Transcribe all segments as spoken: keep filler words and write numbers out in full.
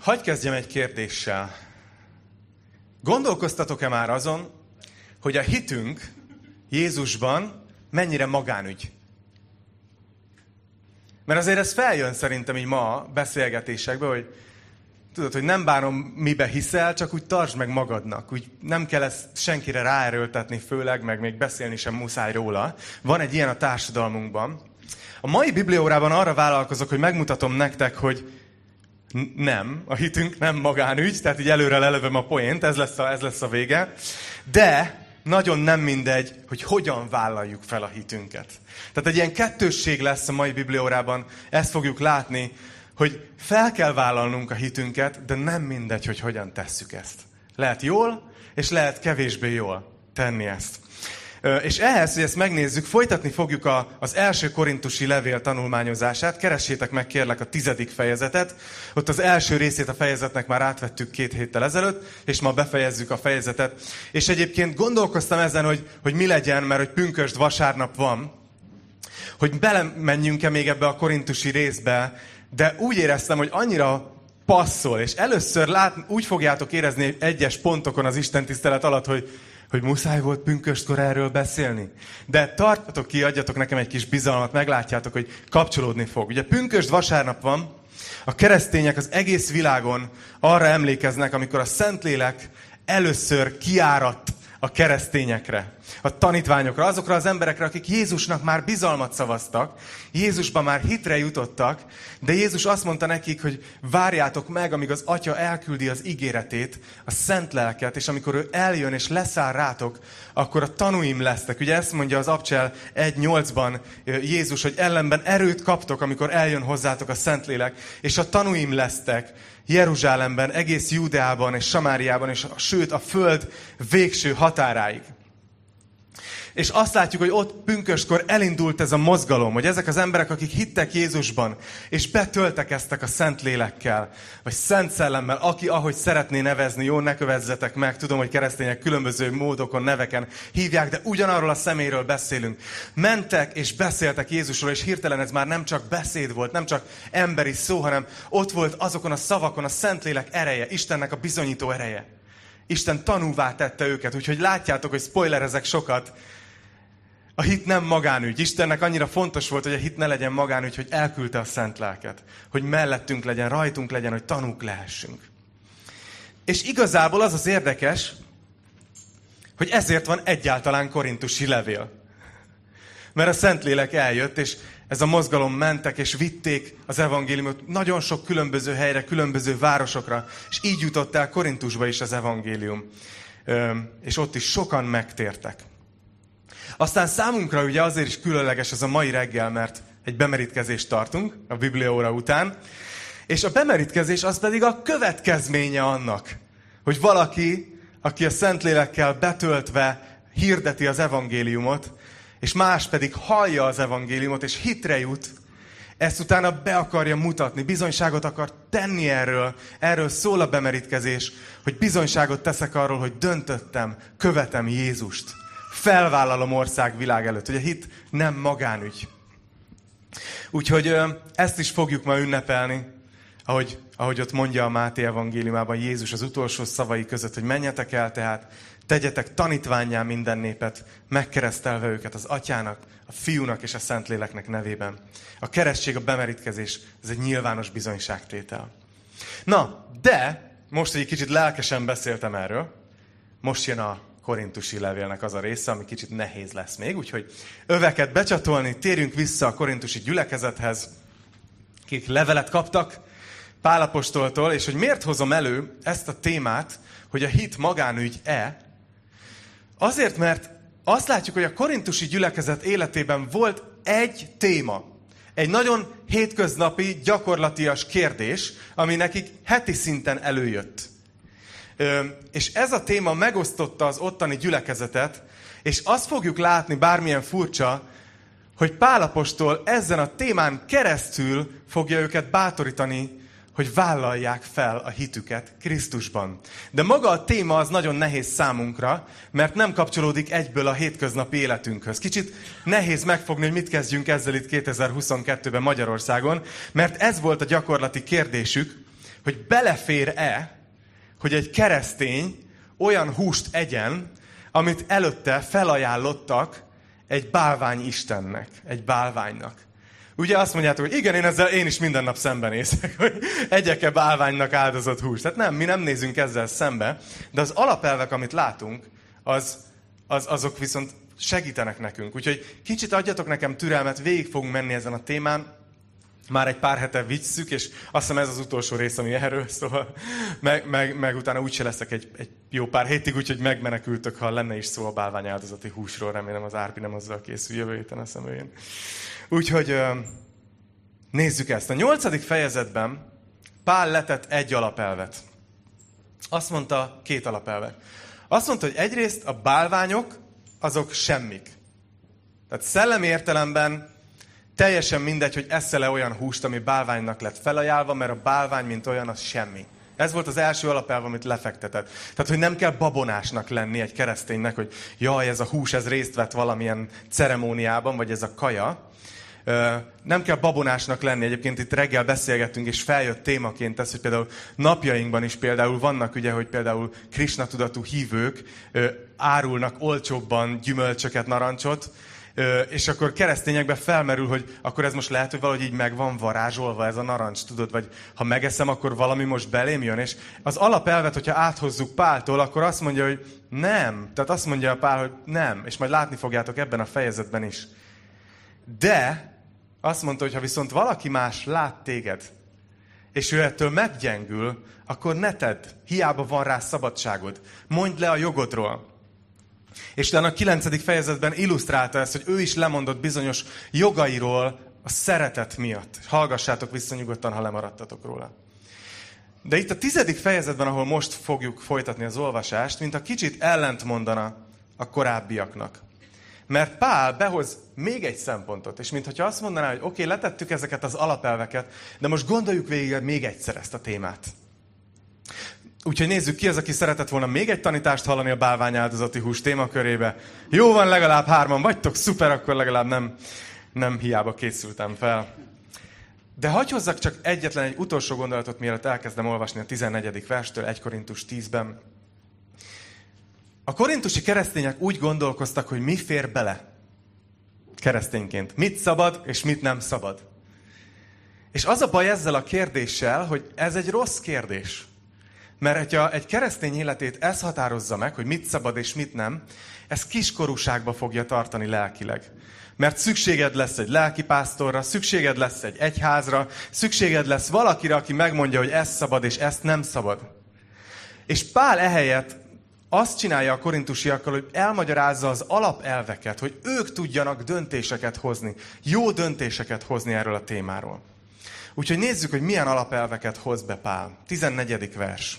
Hadd kezdjem egy kérdéssel. Gondolkoztatok-e már azon, hogy a hitünk Jézusban mennyire magánügy? Mert azért ez feljön szerintem így ma a beszélgetésekben, hogy tudod, hogy nem bánom, mibe hiszel, csak úgy tartsd meg magadnak. Úgy nem kell ezt senkire ráerőltetni főleg, meg még beszélni sem muszáj róla. Van egy ilyen a társadalmunkban. A mai bibliaórában arra vállalkozok, hogy megmutatom nektek, hogy nem, a hitünk nem magánügy, tehát így előre lelövöm a poént, ez lesz a, ez lesz a vége. De nagyon nem mindegy, hogy hogyan vállaljuk fel a hitünket. Tehát egy ilyen kettősség lesz a mai bibliaórában, ezt fogjuk látni, hogy fel kell vállalnunk a hitünket, de nem mindegy, hogy hogyan tesszük ezt. Lehet jól, és lehet kevésbé jól tenni ezt. És ehhez, hogy ezt megnézzük, folytatni fogjuk a, az első korintusi levél tanulmányozását. Keressétek meg kérlek a tizedik fejezetet. Ott az első részét a fejezetnek már átvettük két héttel ezelőtt, és ma befejezzük a fejezetet. És egyébként gondolkoztam ezen, hogy, hogy mi legyen, mert hogy pünkösd vasárnap van, hogy belemenjünk-e még ebbe a korintusi részbe, de úgy éreztem, hogy annyira passzol, és először lát, úgy fogjátok érezni egyes pontokon az istentisztelet alatt, hogy hogy muszáj volt pünköstkor erről beszélni. De tartsatok ki, adjatok nekem egy kis bizalmat, meglátjátok, hogy kapcsolódni fog. Ugye pünkösd vasárnap van, a keresztények az egész világon arra emlékeznek, amikor a Szentlélek először kiáradt a keresztényekre, a tanítványokra, azokra az emberekre, akik Jézusnak már bizalmat szavaztak, Jézusban már hitre jutottak, de Jézus azt mondta nekik, hogy várjátok meg, amíg az Atya elküldi az ígéretét, a Szent Lelket, és amikor ő eljön és leszáll rátok, akkor a tanúim lesztek. Ugye ezt mondja az Abcsel egy nyolcban Jézus, hogy ellenben erőt kaptok, amikor eljön hozzátok a Szentlélek, és a tanúim lesztek Jeruzsálemben, egész Júdeában és Samáriában, és sőt a föld végső határáig. És azt látjuk, hogy ott pünköstkor elindult ez a mozgalom, hogy ezek az emberek, akik hittek Jézusban, és betöltekeztek a Szent Lélekkel, vagy Szent Szellemmel, aki ahogy szeretné nevezni, jó, ne kövezzetek meg, tudom, hogy keresztények különböző módokon, neveken hívják, de ugyanarról a személyről beszélünk. Mentek és beszéltek Jézusról, és hirtelen ez már nem csak beszéd volt, nem csak emberi szó, hanem ott volt azokon a szavakon a Szentlélek ereje, Istennek a bizonyító ereje. Isten tanúvá tette őket, úgyhogy látjátok, hogy spoilerezek sokat. A hit nem magánügy. Istennek annyira fontos volt, hogy a hit ne legyen magánügy, hogy elküldte a Szent Lelket. Hogy mellettünk legyen, rajtunk legyen, hogy tanúk lehessünk. És igazából az az érdekes, hogy ezért van egyáltalán korintusi levél. Mert a Szentlélek eljött, és ez a mozgalom mentek, és vitték az evangéliumot nagyon sok különböző helyre, különböző városokra, és így jutott el Korintusba is az evangélium. És ott is sokan megtértek. Aztán számunkra ugye azért is különleges ez a mai reggel, mert egy bemerítkezést tartunk a bibliaóra után, és a bemerítkezés az pedig a következménye annak, hogy valaki, aki a Szentlélekkel betöltve hirdeti az evangéliumot, és más pedig hallja az evangéliumot, és hitre jut, ezt utána be akarja mutatni, bizonyságot akar tenni erről, erről szól a bemerítkezés, hogy bizonyságot teszek arról, hogy döntöttem, követem Jézust. Felvállalom ország világ előtt, hogy a hit nem magánügy. Úgyhogy ezt is fogjuk ma ünnepelni, ahogy, ahogy ott mondja a Máté evangéliumában Jézus az utolsó szavai között, hogy menjetek el, tehát tegyetek tanítvánnyá minden népet, megkeresztelve őket az Atyának, a Fiúnak és a Szentléleknek nevében. A keresztség, a bemerítkezés, ez egy nyilvános bizonyságtétel. Na, de most, hogy egy kicsit lelkesen beszéltem erről, most jön a korintusi levélnek az a része, ami kicsit nehéz lesz még, úgyhogy öveket becsatolni, térjünk vissza a korintusi gyülekezethez, akik levelet kaptak Pál apostoltól, és hogy miért hozom elő ezt a témát, hogy a hit magánügy-e? Azért, mert azt látjuk, hogy a korintusi gyülekezet életében volt egy téma, egy nagyon hétköznapi, gyakorlatias kérdés, ami nekik heti szinten előjött. Ö, és ez a téma megosztotta az ottani gyülekezetet, és azt fogjuk látni, bármilyen furcsa, hogy Pál apostol ezen a témán keresztül fogja őket bátorítani, hogy vállalják fel a hitüket Krisztusban. De maga a téma az nagyon nehéz számunkra, mert nem kapcsolódik egyből a hétköznapi életünkhöz. Kicsit nehéz megfogni, hogy mit kezdjünk ezzel itt kétezer-huszonkettőben Magyarországon, mert ez volt a gyakorlati kérdésük, hogy belefér-e, hogy egy keresztény olyan húst egyen, amit előtte felajánlottak egy bálvány istennek, egy bálványnak. Ugye azt mondjátok, hogy igen, én ezzel én is minden nap szembenézek, hogy egyek-e bálványnak áldozott húst. Tehát nem, mi nem nézünk ezzel szembe, de az alapelvek, amit látunk, az, az, azok viszont segítenek nekünk. Úgyhogy kicsit adjatok nekem türelmet, végig fogunk menni ezen a témán. Már egy pár hete viccük, és azt hiszem ez az utolsó rész, ami erről, szóval meg, meg, meg utána úgyse leszek egy, egy jó pár hétig, úgyhogy megmenekültök, ha lenne is szó a bálványáldozati húsról. Remélem az Árpi nem azzal készül jövő héten a szemőjén. Úgyhogy nézzük ezt. A nyolcadik fejezetben Pál letett egy alapelvet. Azt mondta, két alapelvet. Azt mondta, hogy egyrészt a bálványok, azok semmik. Tehát szellemi értelemben teljesen mindegy, hogy eszel-e olyan húst, ami bálványnak lett felajánlva, mert a bálvány, mint olyan, az semmi. Ez volt az első alapelv, amit lefektetett. Tehát, hogy nem kell babonásnak lenni egy kereszténynek, hogy jaj, ez a hús, ez részt vett valamilyen ceremóniában, vagy ez a kaja. Nem kell babonásnak lenni. Egyébként itt reggel beszélgettünk, és feljött témaként ez, hogy például napjainkban is például vannak, ugye, hogy például Krisna tudatú hívők árulnak olcsóbban gyümölcsöket, narancsot, és akkor keresztényekben felmerül, hogy akkor ez most lehet, hogy valahogy így meg van varázsolva ez a narancs, tudod, vagy ha megeszem, akkor valami most belém jön, és az alapelvet, hogyha áthozzuk Páltól, akkor azt mondja, hogy nem. Tehát azt mondja a Pál, hogy nem, és majd látni fogjátok ebben a fejezetben is. De azt mondta, hogy ha viszont valaki más lát téged, és ő ettől meggyengül, akkor ne tedd, hiába van rá szabadságod. Mondd le a jogodról. És utána a kilencedik fejezetben illusztrálta ezt, hogy ő is lemondott bizonyos jogairól a szeretet miatt. Hallgassátok vissza nyugodtan, ha lemaradtatok róla. De itt a tizedik fejezetben, ahol most fogjuk folytatni az olvasást, mint a kicsit ellentmondana a korábbiaknak. Mert Pál behoz még egy szempontot, és mintha azt mondaná, hogy oké, okay, letettük ezeket az alapelveket, de most gondoljuk végig még egyszer ezt a témát. Úgyhogy nézzük ki az, aki szeretett volna még egy tanítást hallani a bálványáldozati hús témakörébe. Jó van, legalább hárman vagytok, szuper, akkor legalább nem, nem hiába készültem fel. De hagyj hozzak csak egyetlen egy utolsó gondolatot, mielőtt elkezdem olvasni a tizennegyedik verstől, egy Korintus tízben. A korintusi keresztények úgy gondolkoztak, hogy mi fér bele keresztényként. Mit szabad, és mit nem szabad. És az a baj ezzel a kérdéssel, hogy ez egy rossz kérdés. Mert ha egy keresztény életét ez határozza meg, hogy mit szabad és mit nem, ez kiskorúságba fogja tartani lelkileg. Mert szükséged lesz egy lelkipásztorra, szükséged lesz egy egyházra, szükséged lesz valakire, aki megmondja, hogy ez szabad és ezt nem szabad. És Pál ehelyett azt csinálja a korintusiakkal, hogy elmagyarázza az alapelveket, hogy ők tudjanak döntéseket hozni, jó döntéseket hozni erről a témáról. Úgyhogy nézzük, hogy milyen alapelveket hoz be Pál. tizennegyedik vers.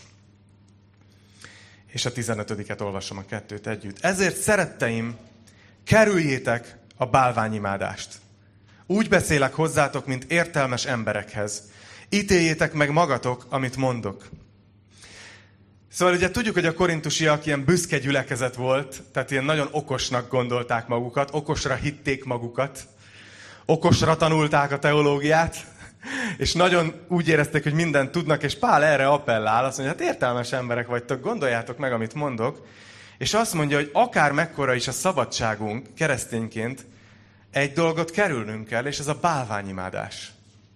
És a tizenötödiket olvasom a kettőt együtt. Ezért, szeretteim, kerüljétek a bálványimádást. Úgy beszélek hozzátok, mint értelmes emberekhez. Ítéljétek meg magatok, amit mondok. Szóval ugye tudjuk, hogy a korintusiak ilyen büszke gyülekezet volt, tehát ilyen nagyon okosnak gondolták magukat, okosra hitték magukat, okosra tanulták a teológiát, és nagyon úgy érezték, hogy mindent tudnak, és Pál erre appellál, azt mondja, hát értelmes emberek vagytok, gondoljátok meg, amit mondok, és azt mondja, hogy akár mekkora is a szabadságunk keresztényként, egy dolgot kerülnünk kell, és ez a bálványimádás.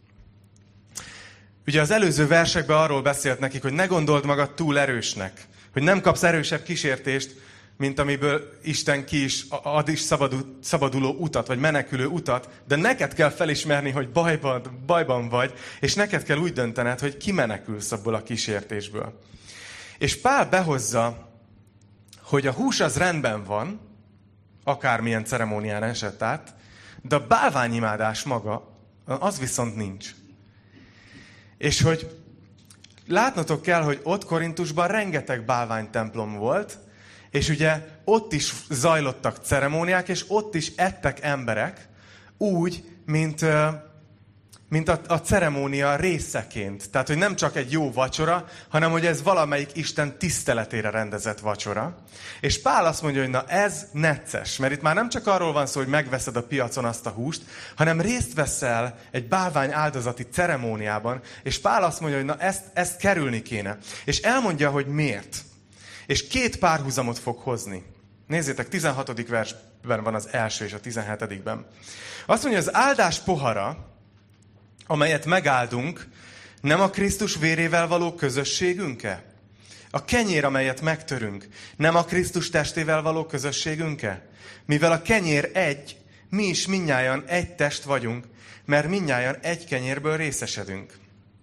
Ugye az előző versekben arról beszélt nekik, hogy ne gondold magad túl erősnek, hogy nem kapsz erősebb kísértést, mint amiből Isten ki is ad is szabaduló utat, vagy menekülő utat, de neked kell felismerni, hogy bajban, bajban vagy, és neked kell úgy döntened, hogy kimenekülsz abból a kísértésből. És Pál behozza, hogy a hús az rendben van, akármilyen ceremónián esett át, de a bálványimádás maga, az viszont nincs. És hogy látnotok kell, hogy ott Korintusban rengeteg bálványtemplom volt, és ugye ott is zajlottak ceremóniák, és ott is ettek emberek úgy, mint, mint a, a ceremónia részeként. Tehát, hogy nem csak egy jó vacsora, hanem hogy ez valamelyik Isten tiszteletére rendezett vacsora. És Pál azt mondja, hogy na ez necces, mert itt már nem csak arról van szó, hogy megveszed a piacon azt a húst, hanem részt veszel egy bálvány áldozati ceremóniában, és Pál azt mondja, hogy na ezt, ezt kerülni kéne. És elmondja, hogy miért. És két párhuzamot fog hozni. Nézzétek, tizenhatodik versben van az első és a tizenhetedikben. Azt mondja, az áldás pohara, amelyet megáldunk, nem a Krisztus vérével való közösségünk-e? A kenyér, amelyet megtörünk, nem a Krisztus testével való közösségünk-e? Mivel a kenyér egy, mi is mindnyájan egy test vagyunk, mert mindnyájan egy kenyérből részesedünk.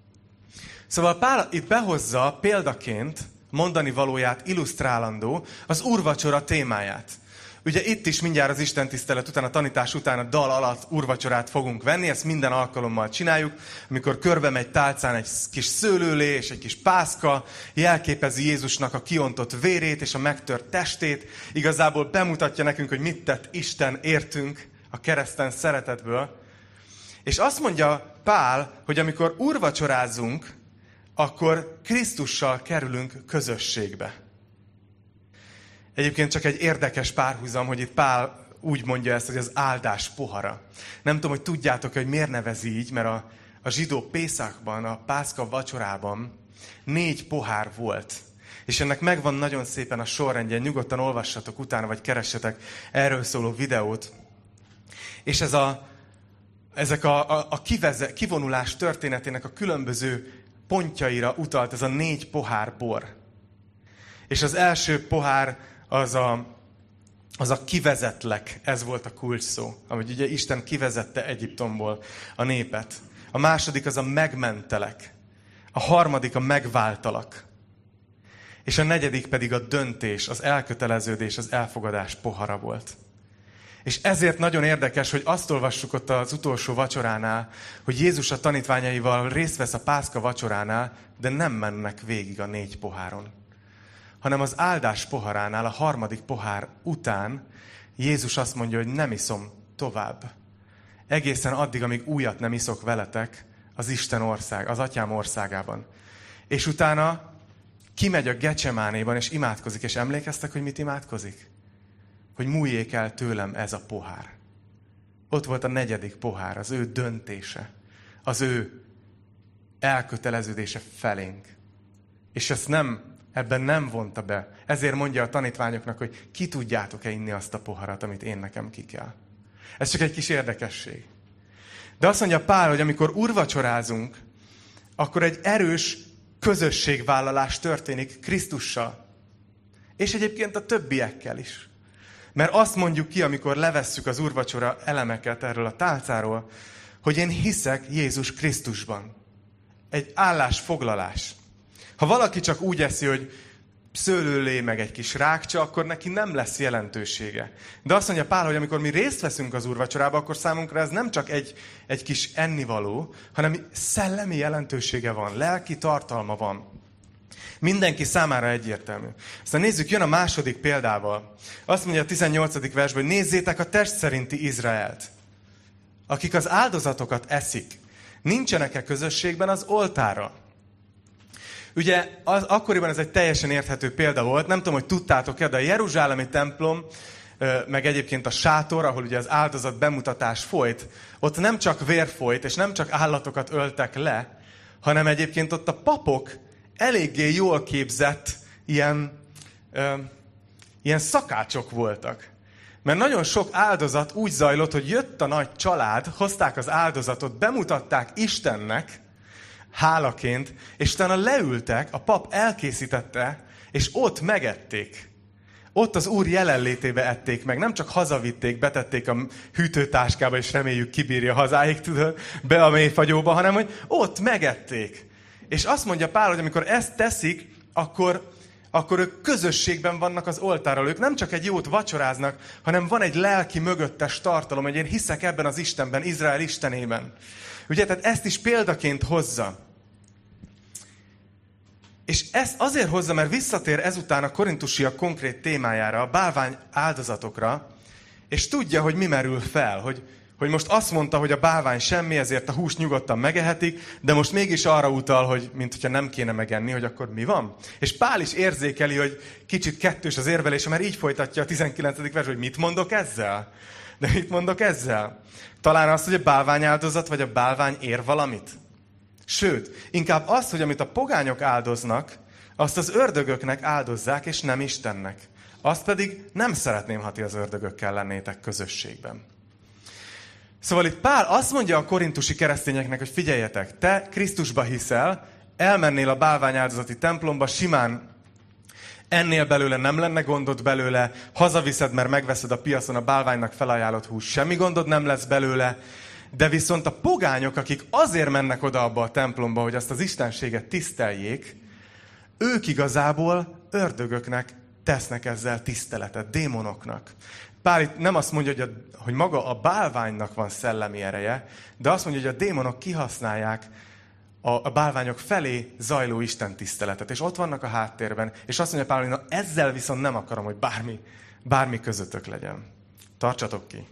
Szóval Pál itt behozza példaként mondani valóját illusztrálandó az úrvacsora témáját. Ugye itt is mindjárt az istentisztelet után, a tanítás után a dal alatt úrvacsorát fogunk venni, ezt minden alkalommal csináljuk, amikor körbe megy tálcán egy kis szőlőlé és egy kis pászka, jelképezi Jézusnak a kiontott vérét és a megtört testét, igazából bemutatja nekünk, hogy mit tett Isten értünk a kereszten szeretetből. És azt mondja Pál, hogy amikor úrvacsorázunk, akkor Krisztussal kerülünk közösségbe. Egyébként csak egy érdekes párhuzam, hogy itt Pál úgy mondja ezt, hogy az áldás pohara. Nem tudom, hogy tudjátok, hogy miért nevezi így, mert a, a zsidó Pészakban, a Pászka vacsorában négy pohár volt. És ennek megvan nagyon szépen a sorrendje, nyugodtan olvassatok utána, vagy keressetek erről szóló videót. És ez a, ezek a, a, a kiveze, kivonulás történetének a különböző pontjaira utalt ez a négy pohár bor. És az első pohár az a, az a kivezetlek, ez volt a kulcs szó, amit ugye Isten kivezette Egyiptomból a népet. A második az a megmentelek, a harmadik a megváltalak, és a negyedik pedig a döntés, az elköteleződés, az elfogadás pohara volt. És ezért nagyon érdekes, hogy azt olvassuk ott az utolsó vacsoránál, hogy Jézus a tanítványaival részt vesz a Pászka vacsoránál, de nem mennek végig a négy poháron. Hanem az áldás poharánál, a harmadik pohár után Jézus azt mondja, hogy nem iszom tovább. Egészen addig, amíg újat nem iszok veletek az Isten ország, az Atyám országában. És utána kimegy a Gecsemánéban, és imádkozik, és emlékeztek, hogy mit imádkozik? Hogy múljék el tőlem ez a pohár. Ott volt a negyedik pohár, az ő döntése, az ő elköteleződése felénk. És ezt nem, ebben nem vonta be. Ezért mondja a tanítványoknak, hogy ki tudjátok-e inni azt a poharat, amit én nekem ki kell. Ez csak egy kis érdekesség. De azt mondja Pál, hogy amikor úrvacsorázunk, akkor egy erős közösségvállalás történik Krisztussal. És egyébként a többiekkel is. Mert azt mondjuk ki, amikor levesszük az úrvacsora elemeket erről a tálcáról, hogy én hiszek Jézus Krisztusban. Egy állásfoglalás. Ha valaki csak úgy eszi, hogy szőlőlé meg egy kis rákcsa, akkor neki nem lesz jelentősége. De azt mondja Pál, hogy amikor mi részt veszünk az úrvacsorába, akkor számunkra ez nem csak egy, egy kis ennivaló, hanem szellemi jelentősége van, lelki tartalma van. Mindenki számára egyértelmű. Aztán nézzük, jön a második példával. Azt mondja a tizennyolcadik versben, hogy nézzétek a test szerinti Izraelt, akik az áldozatokat eszik. Nincsenek-e közösségben az oltára? Ugye az, akkoriban ez egy teljesen érthető példa volt, nem tudom, hogy tudtátok-e, de a jeruzsálemi templom, meg egyébként a sátor, ahol ugye az áldozat bemutatás folyt, ott nem csak vér folyt, és nem csak állatokat öltek le, hanem egyébként ott a papok eléggé jól képzett ilyen, ö, ilyen szakácsok voltak. Mert nagyon sok áldozat úgy zajlott, hogy jött a nagy család, hozták az áldozatot, bemutatták Istennek hálaként, és utána leültek, a pap elkészítette, és ott megették. Ott az Úr jelenlétébe ették meg. Nem csak hazavitték, betették a hűtőtáskába, és reméljük kibírja hazáig, tudod, be a mélyfagyóba, hanem hogy ott megették. És azt mondja Pál, hogy amikor ezt teszik, akkor, akkor ők közösségben vannak az oltárral. Ők nem csak egy jót vacsoráznak, hanem van egy lelki mögöttes tartalom, hogy én hiszek ebben az Istenben, Izrael Istenében. Ugye, tehát ezt is példaként hozza. És ezt azért hozza, mert visszatér ezután a korintusiak konkrét témájára, a bálvány áldozatokra, és tudja, hogy mi merül fel, hogy, hogy most azt mondta, hogy a bálvány semmi, ezért a húst nyugodtan megehetik, de most mégis arra utal, hogy mint hogyha nem kéne megenni, hogy akkor mi van. És Pál is érzékeli, hogy kicsit kettős az érvelése, mert így folytatja a tizenkilencedik vers, hogy mit mondok ezzel? De mit mondok ezzel? Talán azt, hogy a bálvány áldozat, vagy a bálvány ér valamit? Sőt, inkább azt, hogy amit a pogányok áldoznak, azt az ördögöknek áldozzák, és nem Istennek. Azt pedig nem szeretném, ha ti az ördögökkel lennétek közösségben. Szóval itt Pál azt mondja a korintusi keresztényeknek, hogy figyeljetek, te Krisztusba hiszel, elmennél a bálványáldozati templomba, simán ennél belőle nem lenne gondod belőle, hazaviszed, mert megveszed a piacon a bálványnak felajánlott hús, semmi gondod nem lesz belőle, de viszont a pogányok, akik azért mennek oda abba a templomba, hogy azt az istenséget tiszteljék, ők igazából ördögöknek tesznek ezzel tiszteletet, démonoknak. Pál itt nem azt mondja, hogy, a, hogy maga a bálványnak van szellemi ereje, de azt mondja, hogy a démonok kihasználják a, a bálványok felé zajló istentiszteletet. És ott vannak a háttérben. És azt mondja Pál, hogy na, ezzel viszont nem akarom, hogy bármi, bármi közöttök legyen. Tartsatok ki.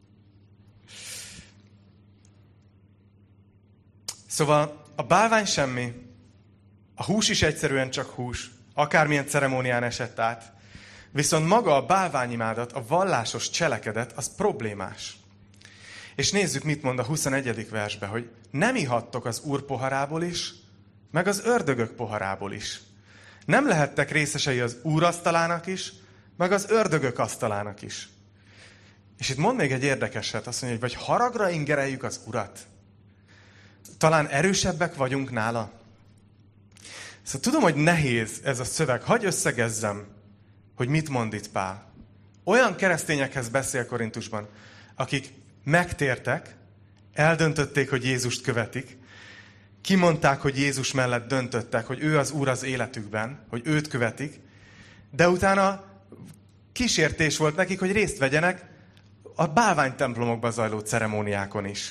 Szóval a bálvány semmi, a hús is egyszerűen csak hús, akármilyen ceremónián esett át, viszont maga a bálványimádat, a vallásos cselekedet, az problémás. És nézzük, mit mond a huszonegyedik versbe, hogy nem ihattok az Úr poharából is, meg az ördögök poharából is. Nem lehettek részesei az Úr asztalának is, meg az ördögök asztalának is. És itt mond még egy érdekeset, azt mondja, hogy vagy haragra ingereljük az Urat. Talán erősebbek vagyunk nála. Szóval tudom, hogy nehéz ez a szöveg. Hadd összegezzem, hogy mit mond itt Pál. Olyan keresztényekhez beszél Korintusban, akik megtértek, eldöntötték, hogy Jézust követik, kimondták, hogy Jézus mellett döntöttek, hogy ő az Úr az életükben, hogy őt követik, de utána kísértés volt nekik, hogy részt vegyenek a bálványtemplomokban zajló ceremóniákon is.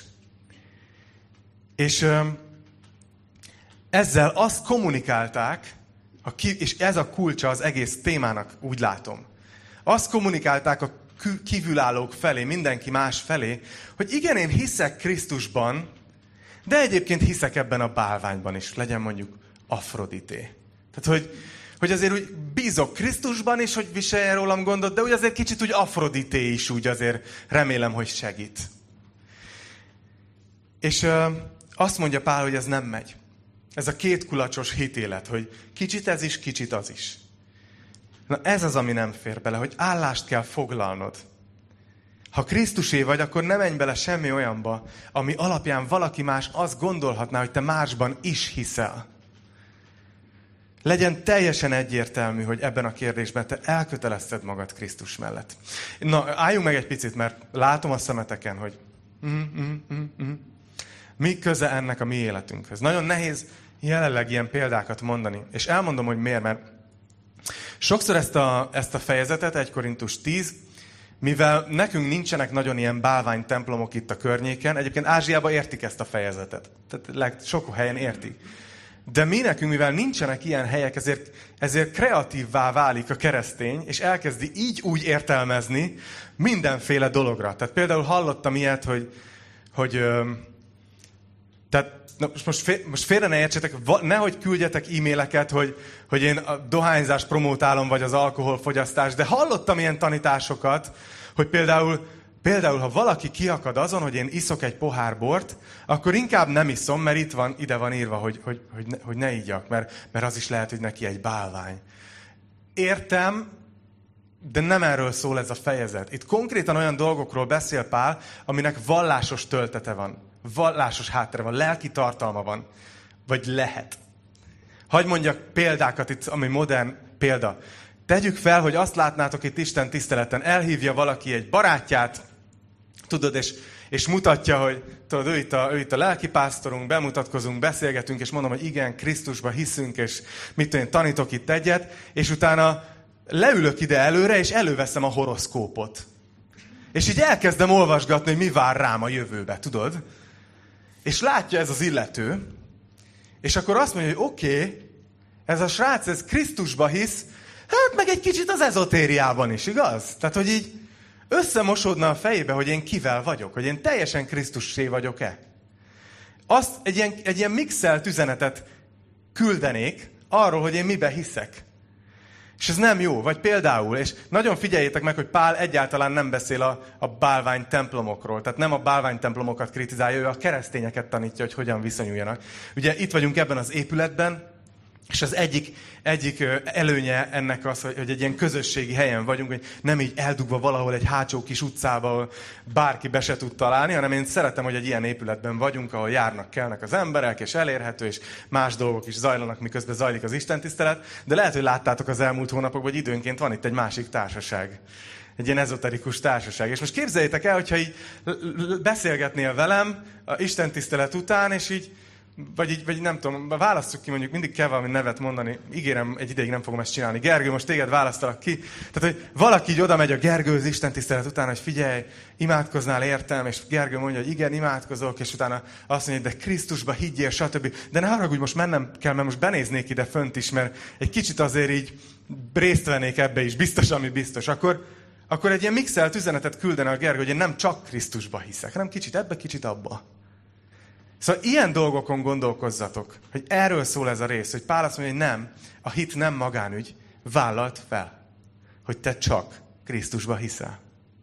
És ö, ezzel azt kommunikálták, a ki, és ez a kulcsa az egész témának, úgy látom. Azt kommunikálták a kívülállók felé, mindenki más felé, hogy igen, én hiszek Krisztusban, de egyébként hiszek ebben a bálványban is, legyen mondjuk Afrodité. Tehát, hogy, hogy azért úgy bízok Krisztusban is, hogy viseljen rólam gondot, de úgy azért kicsit úgy Afrodité is úgy azért remélem, hogy segít. És ö, azt mondja Pál, hogy ez nem megy. Ez a két kulacsos hitélet, hogy kicsit ez is, kicsit az is. Na ez az, ami nem fér bele, hogy állást kell foglalnod. Ha Krisztusé vagy, akkor ne menj bele semmi olyanba, ami alapján valaki más azt gondolhatná, hogy te másban is hiszel. Legyen teljesen egyértelmű, hogy ebben a kérdésben te elkötelezted magad Krisztus mellett. Na, álljunk meg egy picit, mert látom a szemeteken, hogy mm, mm, mm, mm. mi köze ennek a mi életünkhöz. Nagyon nehéz jelenleg ilyen példákat mondani. És elmondom, hogy miért, mert sokszor ezt a, ezt a fejezetet, egy Korintus tíz, mivel nekünk nincsenek nagyon ilyen bálvány templomok itt a környéken, egyébként Ázsiában értik ezt a fejezetet. Tehát sok helyen értik. De mi nekünk, mivel nincsenek ilyen helyek, ezért, ezért kreatívvá válik a keresztény, és elkezdi így úgy értelmezni mindenféle dologra. Tehát például hallottam ilyet, hogy, hogy tehát na, most, fél, most félre ne értsetek, nehogy küldjetek e-maileket, hogy, hogy én a dohányzást promótálom, vagy az alkoholfogyasztást, de hallottam ilyen tanításokat, hogy például, például, ha valaki kiakad azon, hogy én iszok egy pohár bort, akkor inkább nem iszom, mert itt van, ide van írva, hogy, hogy, hogy, ne, hogy ne igyak, mert, mert az is lehet, hogy neki egy bálvány. Értem, de nem erről szól ez a fejezet. Itt konkrétan olyan dolgokról beszél Pál, aminek vallásos töltete van. Vallásos háttere van, lelki tartalma van. Vagy lehet. Hadd mondjak példákat itt, ami modern példa. Tegyük fel, hogy azt látnátok itt Isten tiszteleten, elhívja valaki egy barátját, tudod, és, és mutatja, hogy tudod, ő itt, a, ő itt a lelkipásztorunk, bemutatkozunk, beszélgetünk, és mondom, hogy igen, Krisztusba hiszünk, és mit tudom én, tanítok itt egyet, és utána leülök ide előre, és előveszem a horoszkópot. És így elkezdem olvasgatni, hogy mi vár rám a jövőbe, tudod? És látja ez az illető, és akkor azt mondja, hogy oké, okay, ez a srác, ez Krisztusba hisz, hát meg egy kicsit az ezotériában is, igaz? Tehát, hogy így összemosódna a fejébe, hogy én kivel vagyok, hogy én teljesen Krisztussé vagyok-e. Azt egy ilyen, egy ilyen mixelt üzenetet küldenék arról, hogy én mibe hiszek. És ez nem jó. Vagy például, és nagyon figyeljétek meg, hogy Pál egyáltalán nem beszél a, a bálvány templomokról. Tehát nem a bálvány templomokat kritizálja, ő a keresztényeket tanítja, hogy hogyan viszonyuljanak. Ugye itt vagyunk ebben az épületben, és az egyik, egyik előnye ennek az, hogy egy ilyen közösségi helyen vagyunk, hogy nem így eldugva valahol egy hátsó kis utcába, ahol bárki be se tud találni, hanem én szeretem, hogy egy ilyen épületben vagyunk, ahol járnak, kelnek az emberek, és elérhető, és más dolgok is zajlanak, miközben zajlik az istentisztelet. De lehet, hogy láttátok az elmúlt hónapokban, hogy időnként van itt egy másik társaság. Egy ilyen ezoterikus társaság. És most képzeljétek el, hogyha így beszélgetnél velem a istentisztelet után, és így Vagy így, vagy nem tudom, válasszuk ki, mondjuk mindig kell valami nevet mondani. Ígérem, egy ideig nem fogom ezt csinálni. Gergő, most téged választalak ki. Tehát, hogy valaki így oda megy a Gergő az istentisztelet után, hogy figyelj, imádkoznál értem, és Gergő mondja, hogy igen, imádkozok, és utána azt mondja, hogy de Krisztusba higgyél, stb. De ne haragudj, most mennem kell, mert most benéznék ide fönt is, mert egy kicsit azért így részt vennék ebbe is, biztos, ami biztos. Akkor, akkor egy ilyen mixelt üzenetet küldene a Gergő, hogy én nem csak Krisztusba hiszek, hanem kicsit ebbe, kicsit abba. Szóval ilyen dolgokon gondolkozzatok, hogy erről szól ez a rész, hogy Pál azt mondja, hogy nem, a hit nem magánügy, vállalt fel, hogy te csak Krisztusba hiszel.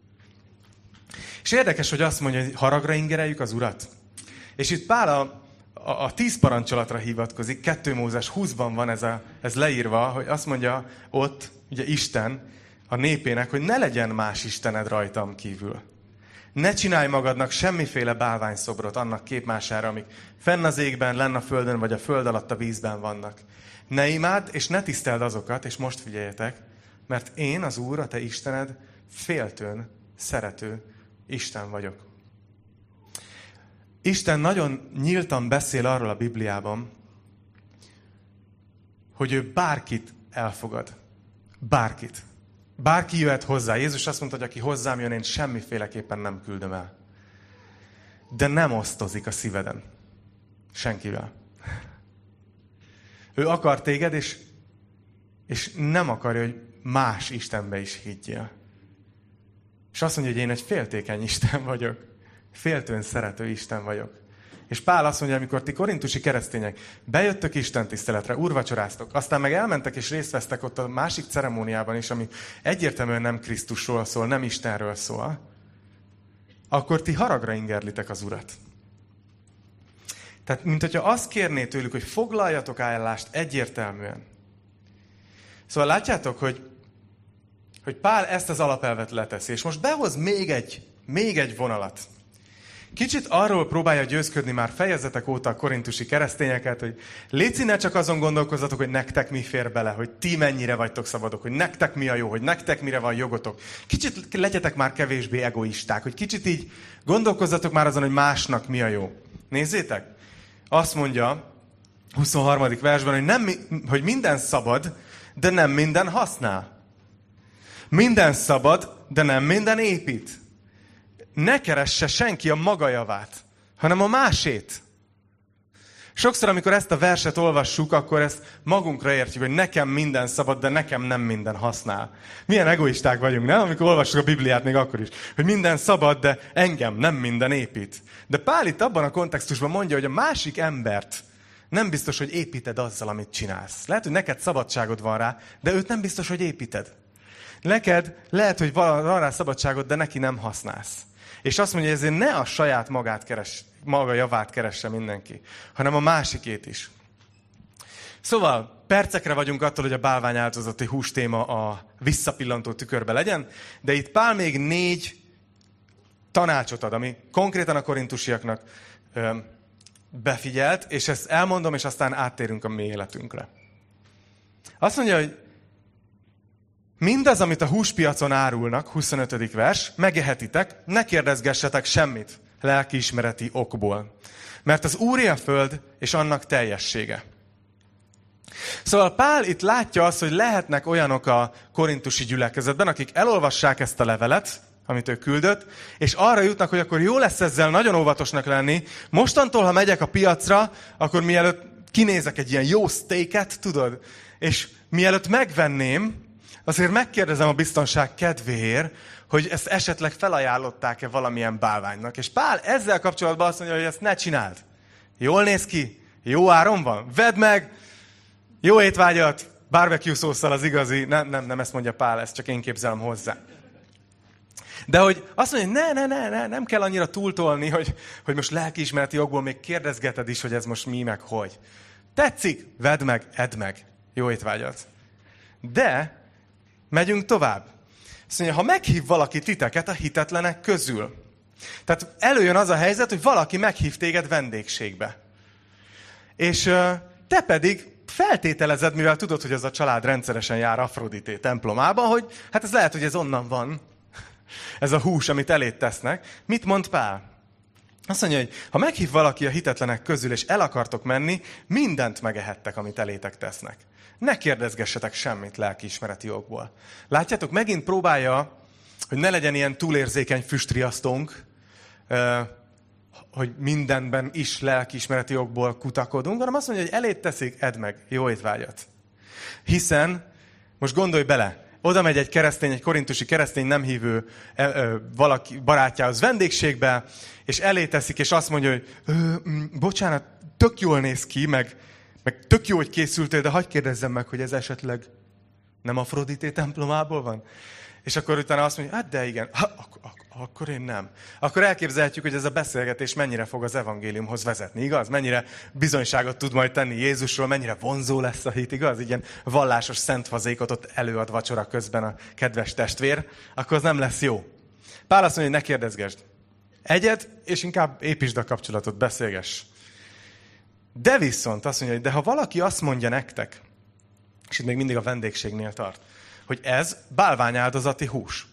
És érdekes, hogy azt mondja, hogy haragra ingereljük az Urat. És itt Pál a, a, a tíz parancsolatra hivatkozik, kettő Mózes húszban van ez, a, ez leírva, hogy azt mondja ott, ugye Isten a népének, hogy ne legyen más istened rajtam kívül. Ne csinálj magadnak semmiféle bálványszobrot annak képmására, amik fenn az égben, lenn a földön, vagy a föld alatt a vízben vannak. Ne imádd, és ne tiszteld azokat, és most figyeljetek, mert én, az Úr, a te Istened, féltőn, szerető Isten vagyok. Isten nagyon nyíltan beszél arról a Bibliában, hogy ő bárkit elfogad. Bárkit. Bárki jöhet hozzá. Jézus azt mondta, hogy aki hozzám jön, én semmiféleképpen nem küldöm el. De nem osztozik a szíveden. Senkivel. Ő akar téged, és, és nem akarja, hogy más Istenbe is higgyél. És azt mondja, hogy én egy féltékeny Isten vagyok. Féltőn szerető Isten vagyok. És Pál azt mondja, amikor ti korintusi keresztények bejöttök istentiszteletre, úrvacsoráztok, aztán meg elmentek és részt vesztek ott a másik ceremóniában is, ami egyértelműen nem Krisztusról szól, nem Istenről szól, akkor ti haragra ingerlitek az Urat. Tehát, mint hogyha azt kérné tőlük, hogy foglaljatok állást egyértelműen. Szóval látjátok, hogy, hogy Pál ezt az alapelvet leteszi, és most behoz még egy, még egy vonalat. Kicsit arról próbálja győzködni már fejezetek óta a korintusi keresztényeket, hogy léci, ne csak azon gondolkozzatok, hogy nektek mi fér bele, hogy ti mennyire vagytok szabadok, hogy nektek mi a jó, hogy nektek mire van jogotok. Kicsit legyetek már kevésbé egoisták, hogy kicsit így gondolkozzatok már azon, hogy másnak mi a jó. Nézzétek! Azt mondja huszonharmadik versben, hogy, nem, hogy minden szabad, de nem minden használ. Minden szabad, de nem minden épít. Ne keresse senki a maga javát, hanem a másét. Sokszor, amikor ezt a verset olvassuk, akkor ezt magunkra értjük, hogy nekem minden szabad, de nekem nem minden használ. Milyen egoisták vagyunk, nem? Amikor olvassuk a Bibliát még akkor is. Hogy minden szabad, de engem nem minden épít. De Pál itt abban a kontextusban mondja, hogy a másik embert nem biztos, hogy építed azzal, amit csinálsz. Lehet, hogy neked szabadságod van rá, de őt nem biztos, hogy építed. Neked lehet, hogy van rá szabadságod, de neki nem használsz. És azt mondja, hogy ezért ne a saját magát keres, maga javát keresse mindenki, hanem a másikét is. Szóval percekre vagyunk attól, hogy a bálvány áldozati hús téma a visszapillantó tükörbe legyen, de itt Pál még négy tanácsot ad, ami konkrétan a korintusiaknak ö, befigyelt, és ezt elmondom, és aztán áttérünk a mi életünkre. Azt mondja, hogy mindaz, amit a húspiacon árulnak, huszonötödik vers, megehetitek, ne kérdezgessetek semmit lelkiismereti okból. Mert az Úré a föld, és annak teljessége. Szóval Pál itt látja azt, hogy lehetnek olyanok a korintusi gyülekezetben, akik elolvassák ezt a levelet, amit ő küldött, és arra jutnak, hogy akkor jó lesz ezzel nagyon óvatosnak lenni. Mostantól, ha megyek a piacra, akkor mielőtt kinézek egy ilyen jó steaket, tudod, és mielőtt megvenném, azért megkérdezem a biztonság kedvéért, hogy ezt esetleg felajánlották-e valamilyen bálványnak. És Pál ezzel kapcsolatban azt mondja, hogy ezt ne csináld. Jól néz ki, jó áron van, vedd meg, jó étvágyat, barbecue szószal az igazi. Nem, nem, nem ezt mondja Pál, ezt csak én képzelem hozzá. De hogy azt mondja, hogy ne, ne, ne, ne, nem kell annyira túltolni, hogy, hogy most lelkiismereti jogból még kérdezgeted is, hogy ez most mi, meg hogy. Tetszik, vedd meg, edd meg. Jó étvágyat. De megyünk tovább. Azt mondja, ha meghív valaki titeket a hitetlenek közül. Tehát előjön az a helyzet, hogy valaki meghív téged vendégségbe. És uh, te pedig feltételezed, mivel tudod, hogy ez a család rendszeresen jár Afrodité templomába, hogy hát ez lehet, hogy ez onnan van. Ez a hús, amit elét tesznek. Mit mond Pál? Azt mondja, hogy ha meghív valaki a hitetlenek közül, és el akartok menni, mindent megehettek, amit elétek tesznek. Ne kérdezgessetek semmit lelkiismereti jogból. Látjátok, megint próbálja, hogy ne legyen ilyen túlérzékeny füstriasztónk, hogy mindenben is lelkiismereti jogból kutakodunk, hanem azt mondja, hogy elét teszik, edd meg, jó étvágyat. Hiszen, most gondolj bele, oda megy egy keresztény, egy korintusi keresztény nem hívő valaki barátjához vendégségbe, és elé teszik, és azt mondja, hogy bocsánat, tök jól néz ki, meg, meg tök jó, hogy készültél, de hagyj kérdezzem meg, hogy ez esetleg nem Afrodité templomából van? És akkor utána azt mondja, hát de igen, ha, ak- ak- akkor én nem. Akkor elképzelhetjük, hogy ez a beszélgetés mennyire fog az evangéliumhoz vezetni, igaz? Mennyire bizonyságot tud majd tenni Jézusról, mennyire vonzó lesz a hit, igaz? Ilyen vallásos szentvazékot ott előad vacsora közben a kedves testvér, akkor az nem lesz jó. Pál azt mondja, hogy ne kérdezgesd. Egyed, és inkább építsd a kapcsolatot, beszélgess. De viszont azt mondja, hogy de ha valaki azt mondja nektek, és itt még mindig a vendégségnél tart, hogy ez bálványáldozati hús.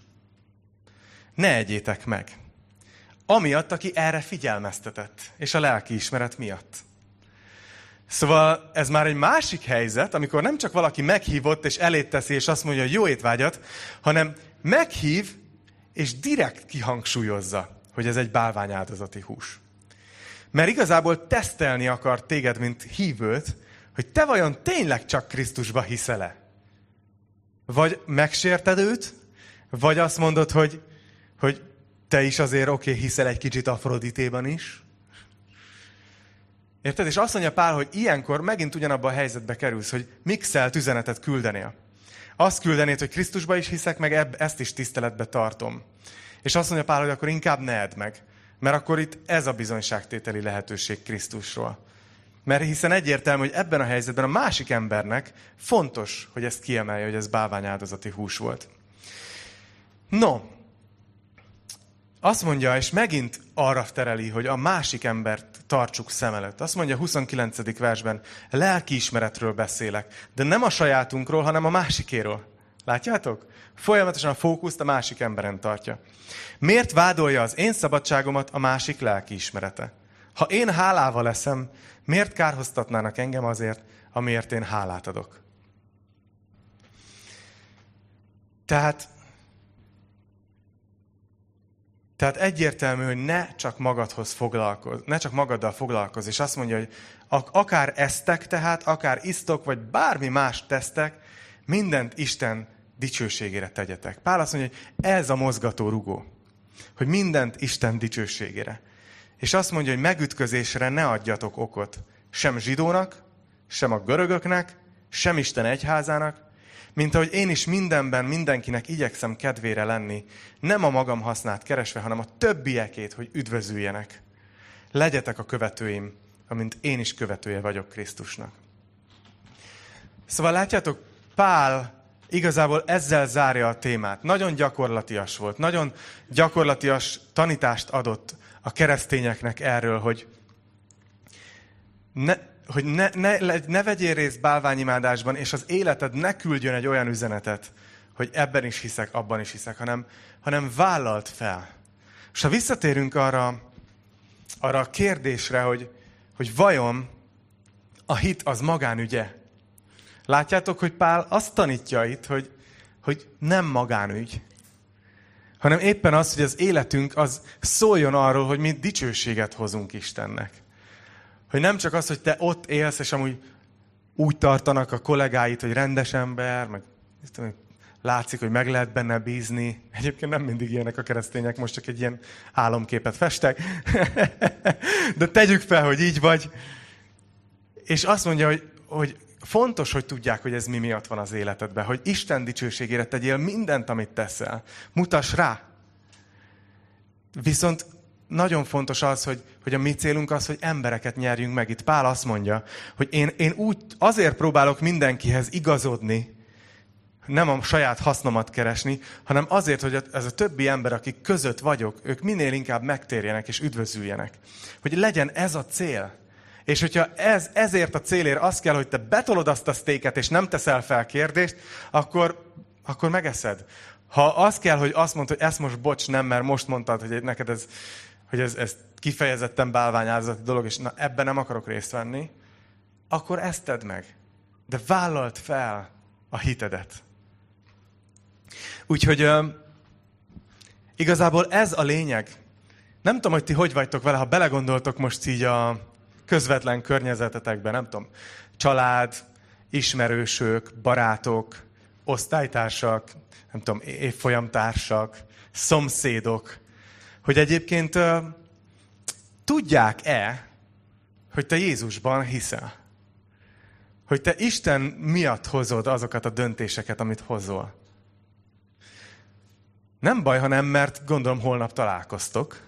Ne egyétek meg. Amiatt, aki erre figyelmeztetett, és a lelkiismeret miatt. Szóval ez már egy másik helyzet, amikor nem csak valaki meghívott, és elét teszi, és azt mondja, hogy jó étvágyat, hanem meghív, és direkt kihangsúlyozza, hogy ez egy bálványáldozati hús. Mert igazából tesztelni akar téged, mint hívőt, hogy te vajon tényleg csak Krisztusba hiszel-e? Vagy megsérted őt, vagy azt mondod, hogy, hogy te is azért oké, okay, hiszel egy kicsit Afroditében is. Érted? És azt mondja Pál, hogy ilyenkor megint ugyanabban a helyzetbe kerülsz, hogy mixelt üzenetet küldenél. Azt küldenéd, hogy Krisztusba is hiszek, meg ebb, ezt is tiszteletbe tartom. És azt mondja Pál, hogy akkor inkább ne edd meg. Mert akkor itt ez a bizonyságtételi lehetőség Krisztusról. Mert hiszen egyértelmű, hogy ebben a helyzetben a másik embernek fontos, hogy ezt kiemelje, hogy ez bálványáldozati hús volt. No, azt mondja, és megint arra tereli, hogy a másik embert tartsuk szem előtt. Azt mondja a huszonkilencedik versben, lelkiismeretről beszélek, de nem a sajátunkról, hanem a másikéről. Látjátok? Folyamatosan a fókuszt a másik emberen tartja. Miért vádolja az én szabadságomat a másik lelkiismerete? Ha én hálával leszem, miért kárhoztatnának engem azért, amiért én hálát adok? Tehát, tehát egyértelmű, hogy ne csak magadhoz foglalkozz, ne csak magaddal foglalkozz, és azt mondja, hogy akár esztek tehát, akár isztok, vagy bármi más tesztek, mindent Isten dicsőségére tegyetek. Pál azt mondja, hogy ez a mozgató rugó, hogy mindent Isten dicsőségére. És azt mondja, hogy megütközésre ne adjatok okot sem zsidónak, sem a görögöknek, sem Isten egyházának, mint ahogy én is mindenben mindenkinek igyekszem kedvére lenni, nem a magam hasznát keresve, hanem a többiekét, hogy üdvözüljenek. Legyetek a követőim, amint én is követője vagyok Krisztusnak. Szóval látjátok, Pál igazából ezzel zárja a témát. Nagyon gyakorlatias volt, nagyon gyakorlatias tanítást adott a keresztényeknek erről, hogy ne, hogy ne, ne, ne vegyél részt bálványimádásban, és az életed ne küldjön egy olyan üzenetet, hogy ebben is hiszek, abban is hiszek, hanem, hanem vállalt fel. És ha visszatérünk arra, arra a kérdésre, hogy, hogy vajon a hit az magánügye. Látjátok, hogy Pál azt tanítja itt, hogy, hogy nem magánügy, hanem éppen az, hogy az életünk az szóljon arról, hogy mi dicsőséget hozunk Istennek. Hogy nem csak az, hogy te ott élsz, és amúgy úgy tartanak a kollégáid, hogy rendes ember, meg látszik, hogy meg lehet benne bízni. Egyébként nem mindig ilyenek a keresztények, most csak egy ilyen álomképet festek. De tegyük fel, hogy így vagy. És azt mondja, hogy, hogy fontos, hogy tudják, hogy ez mi miatt van az életedben. Hogy Isten dicsőségére tegyél mindent, amit teszel. Mutass rá. Viszont nagyon fontos az, hogy, hogy a mi célunk az, hogy embereket nyerjünk meg. Itt Pál azt mondja, hogy én, én úgy azért próbálok mindenkihez igazodni, nem a saját hasznomat keresni, hanem azért, hogy ez a többi ember, akik között vagyok, ők minél inkább megtérjenek és üdvözüljenek. Hogy legyen ez a cél. És hogyha ez, ezért a célért az kell, hogy te betolod azt a sztéket, és nem teszel fel kérdést, akkor, akkor megeszed. Ha az kell, hogy azt mondd, hogy ezt most bocs, nem, mert most mondtad, hogy neked ez, hogy ez, ez kifejezetten bálványáldozati dolog, és na, ebben nem akarok részt venni, akkor ezt tedd meg. De vállald fel a hitedet. Úgyhogy uh, igazából ez a lényeg. Nem tudom, hogy ti hogy vagytok vele, ha belegondoltok most így a közvetlen környezetetekben, nem tudom, család, ismerősök, barátok, osztálytársak, nem tudom, évfolyamtársak, szomszédok, hogy egyébként uh, tudják-e, hogy te Jézusban hiszel? Hogy te Isten miatt hozod azokat a döntéseket, amit hozol? Nem baj, ha nem, mert gondolom holnap találkoztok.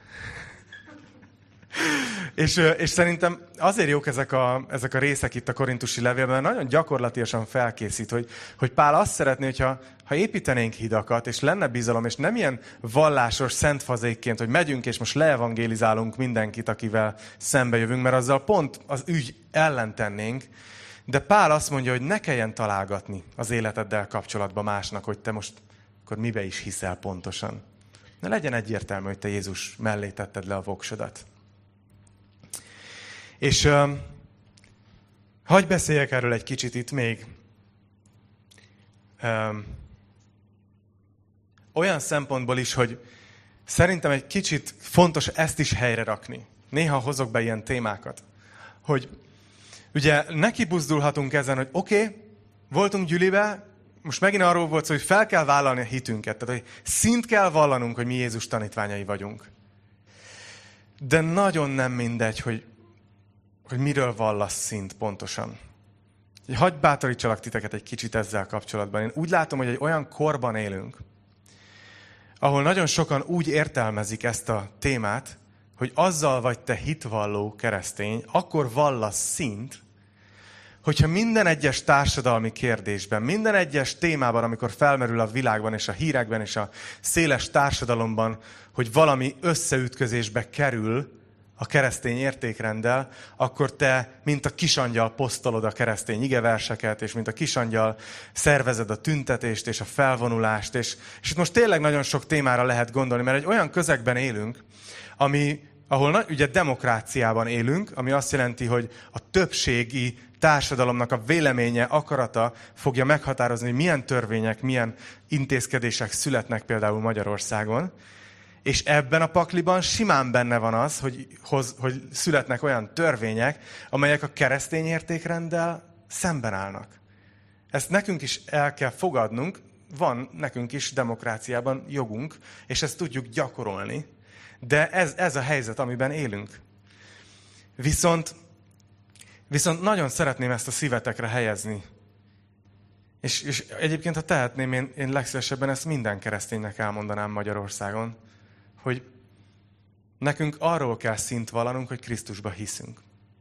és, és szerintem azért jók ezek a, ezek a részek itt a korintusi levélben, mert nagyon gyakorlatilag felkészít, hogy, hogy Pál azt szeretné, hogyha ha építenénk hidakat, és lenne bizalom, és nem ilyen vallásos szentfazékként, hogy megyünk, és most leevangélizálunk mindenkit, akivel szembe jövünk, mert azzal pont az ügy ellen tennénk. De Pál azt mondja, hogy ne kelljen találgatni az életeddel kapcsolatban másnak, hogy te most akkor mibe is hiszel pontosan. Ne legyen egyértelmű, hogy te Jézus mellé tetted le a voksodat. És uh, hagyj beszéljek erről egy kicsit itt még. Um, olyan szempontból is, hogy szerintem egy kicsit fontos ezt is helyre rakni. Néha hozok be ilyen témákat. Hogy ugye neki buzdulhatunk ezen, hogy oké, okay, voltunk gyülibe, most megint arról volt szó, hogy fel kell vállalni a hitünket. Tehát, hogy szint kell vallanunk, hogy mi Jézus tanítványai vagyunk. De nagyon nem mindegy, hogy, hogy miről vallasz szint pontosan. Hadd bátorítsalak titeket egy kicsit ezzel kapcsolatban. Én úgy látom, hogy egy olyan korban élünk, ahol nagyon sokan úgy értelmezik ezt a témát, hogy azzal vagy te hitvalló keresztény, akkor vallasz szint, hogyha minden egyes társadalmi kérdésben, minden egyes témában, amikor felmerül a világban és a hírekben és a széles társadalomban, hogy valami összeütközésbe kerül a keresztény értékrenddel, akkor te, mint a kisangyal posztolod a keresztény igeverseket, és mint a kisangyal szervezed a tüntetést és a felvonulást. És, és itt most tényleg nagyon sok témára lehet gondolni, mert egy olyan közegben élünk, ami, ahol ugye demokráciában élünk, ami azt jelenti, hogy a többségi társadalomnak a véleménye, akarata fogja meghatározni, hogy milyen törvények, milyen intézkedések születnek például Magyarországon. És ebben a pakliban simán benne van az, hogy, hoz, hogy születnek olyan törvények, amelyek a keresztény értékrenddel szemben állnak. Ezt nekünk is el kell fogadnunk, van nekünk is demokráciában jogunk, és ezt tudjuk gyakorolni. De ez, ez a helyzet, amiben élünk. Viszont, viszont nagyon szeretném ezt a szívetekre helyezni. És, és egyébként, ha tehetném, én, én legszívesebben ezt minden kereszténynek elmondanám Magyarországon, hogy nekünk arról kell szint vallanunk, hogy Krisztusba hiszünk.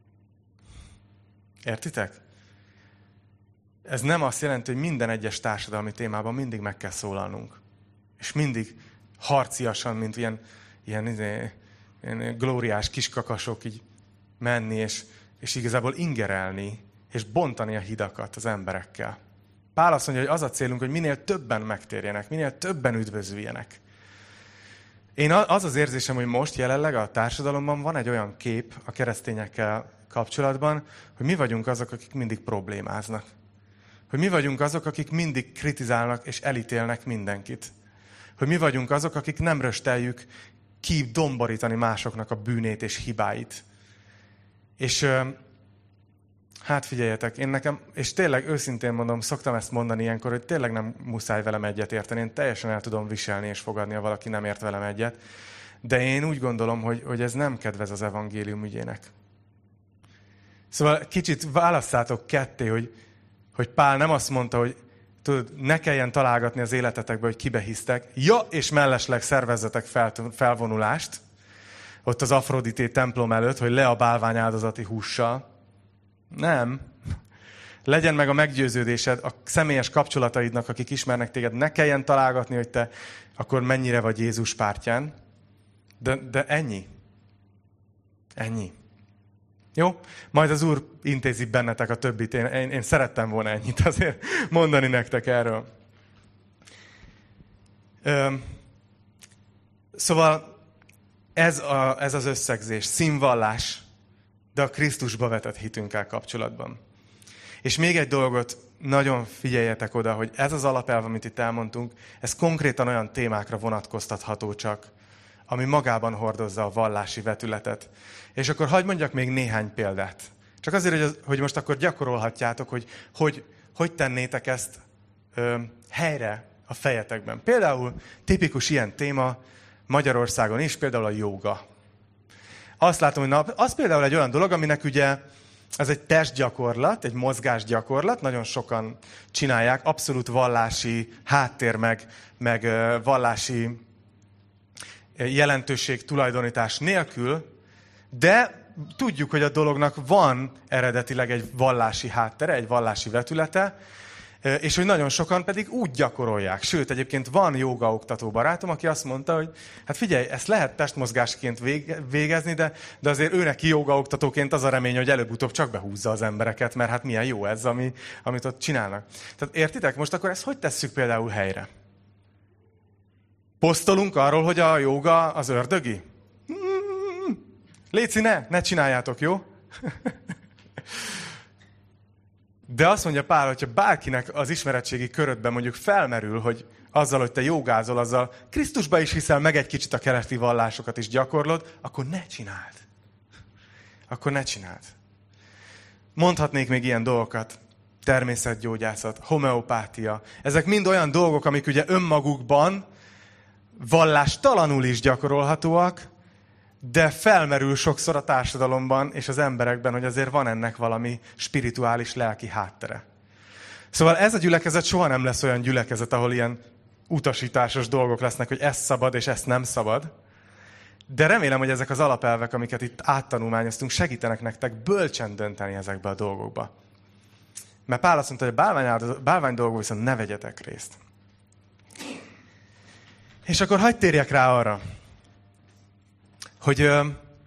Értitek? Ez nem azt jelenti, hogy minden egyes társadalmi témában mindig meg kell szólalnunk. És mindig harciasan, mint ilyen, ilyen, ilyen, ilyen glóriás kiskakasok így menni, és, és igazából ingerelni, és bontani a hidakat az emberekkel. Pál azt mondja, hogy az a célunk, hogy minél többen megtérjenek, minél többen üdvözüljenek. Én az az érzésem, hogy most jelenleg a társadalomban van egy olyan kép a keresztényekkel kapcsolatban, hogy mi vagyunk azok, akik mindig problémáznak. Hogy mi vagyunk azok, akik mindig kritizálnak és elítélnek mindenkit. Hogy mi vagyunk azok, akik nem rösteljük ki domborítani másoknak a bűnét és hibáit. És, Hát figyeljetek, én nekem, és tényleg őszintén mondom, szoktam ezt mondani ilyenkor, hogy tényleg nem muszáj velem egyet érteni. Én teljesen el tudom viselni és fogadni, ha valaki nem ért velem egyet. De én úgy gondolom, hogy, hogy ez nem kedvez az evangélium ügyének. Szóval kicsit válasszátok ketté, hogy, hogy Pál nem azt mondta, hogy tudod, ne kelljen találgatni az életetekbe, hogy kibe hisztek. Ja, és mellesleg szervezzetek fel, felvonulást, ott az Afrodité templom előtt, hogy le a bálványáldozati hússal. Nem. Legyen meg a meggyőződésed a személyes kapcsolataidnak, akik ismernek téged, ne kelljen találgatni, hogy te akkor mennyire vagy Jézus pártján. De, de ennyi. Ennyi. Jó? Majd az Úr intézi bennetek a többit. Én, én, én szerettem volna ennyit azért mondani nektek erről. Ö, szóval ez, a, ez az összegzés, színvallás, de a Krisztusba vetett hitünkkel kapcsolatban. És még egy dolgot, nagyon figyeljetek oda, hogy ez az alapelv, amit itt elmondtunk, ez konkrétan olyan témákra vonatkoztatható csak, ami magában hordozza a vallási vetületet. És akkor hadd mondjak még néhány példát. Csak azért, hogy, az, hogy most akkor gyakorolhatjátok, hogy hogy, hogy tennétek ezt ö, helyre a fejetekben. Például tipikus ilyen téma Magyarországon is, például a jóga. Azt látom, hogy na, az például egy olyan dolog, aminek ugye ez egy testgyakorlat, egy mozgásgyakorlat, nagyon sokan csinálják, abszolút vallási háttér, meg, meg vallási jelentőség tulajdonítás nélkül, de tudjuk, hogy a dolognak van eredetileg egy vallási háttere, egy vallási vetülete, és hogy nagyon sokan pedig úgy gyakorolják. Sőt, egyébként van jóga oktató barátom, aki azt mondta, hogy hát figyelj, ezt lehet testmozgásként végezni, de, de azért ő neki jóga oktatóként az a remény, hogy előbb-utóbb csak behúzza az embereket, mert hát milyen jó ez, ami, amit ott csinálnak. Tehát értitek? Most akkor ezt hogy tesszük például helyre? Posztolunk arról, hogy a jóga az ördögi? Léci, ne, ne csináljátok, jó? De azt mondja Pál, hogyha bárkinek az ismeretségi körödben mondjuk felmerül, hogy azzal, hogy te jogázol, azzal Krisztusba is hiszel, meg egy kicsit a keleti vallásokat is gyakorlod, akkor ne csináld. Akkor ne csináld. Mondhatnék még ilyen dolgokat. Természetgyógyászat, homeopátia. Ezek mind olyan dolgok, amik ugye önmagukban vallástalanul is gyakorolhatóak, de felmerül sokszor a társadalomban és az emberekben, hogy azért van ennek valami spirituális, lelki háttere. Szóval ez a gyülekezet soha nem lesz olyan gyülekezet, ahol ilyen utasításos dolgok lesznek, hogy ez szabad és ezt nem szabad. De remélem, hogy ezek az alapelvek, amiket itt áttanulmányoztunk, segítenek nektek bölcsen dönteni ezekbe a dolgokba. Mert Pál azt mondta, hogy a bálvány, bálvány dolgok viszont ne vegyetek részt. És akkor hadd térjek rá arra, hogy ö,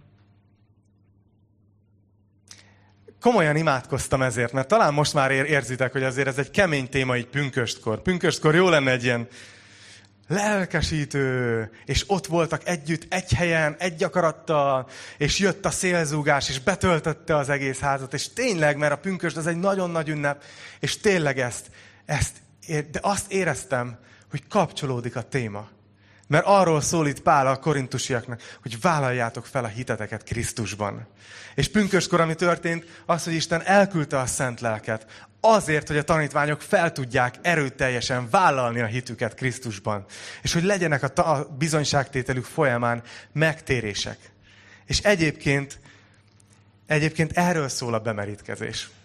komolyan imádkoztam ezért, mert talán most már ér, érzitek, hogy azért ez egy kemény téma így pünköstkor. Pünköstkor jó lenne egy ilyen lelkesítő, és ott voltak együtt, egy helyen, egy akarattal, és jött a szélzúgás, és betöltötte az egész házat, és tényleg, mert a pünkösd az egy nagyon nagy ünnep, és tényleg ezt, ezt, de azt éreztem, hogy kapcsolódik a téma. Mert arról szól itt Pál a korintusiaknak, hogy vállaljátok fel a hiteteket Krisztusban. És pünköstkor, ami történt, az, hogy Isten elküldte a Szent Lelket, azért, hogy a tanítványok fel tudják erőteljesen vállalni a hitüket Krisztusban. És hogy legyenek a, ta- a bizonyságtételük folyamán megtérések. És egyébként, egyébként erről szól a bemerítkezés.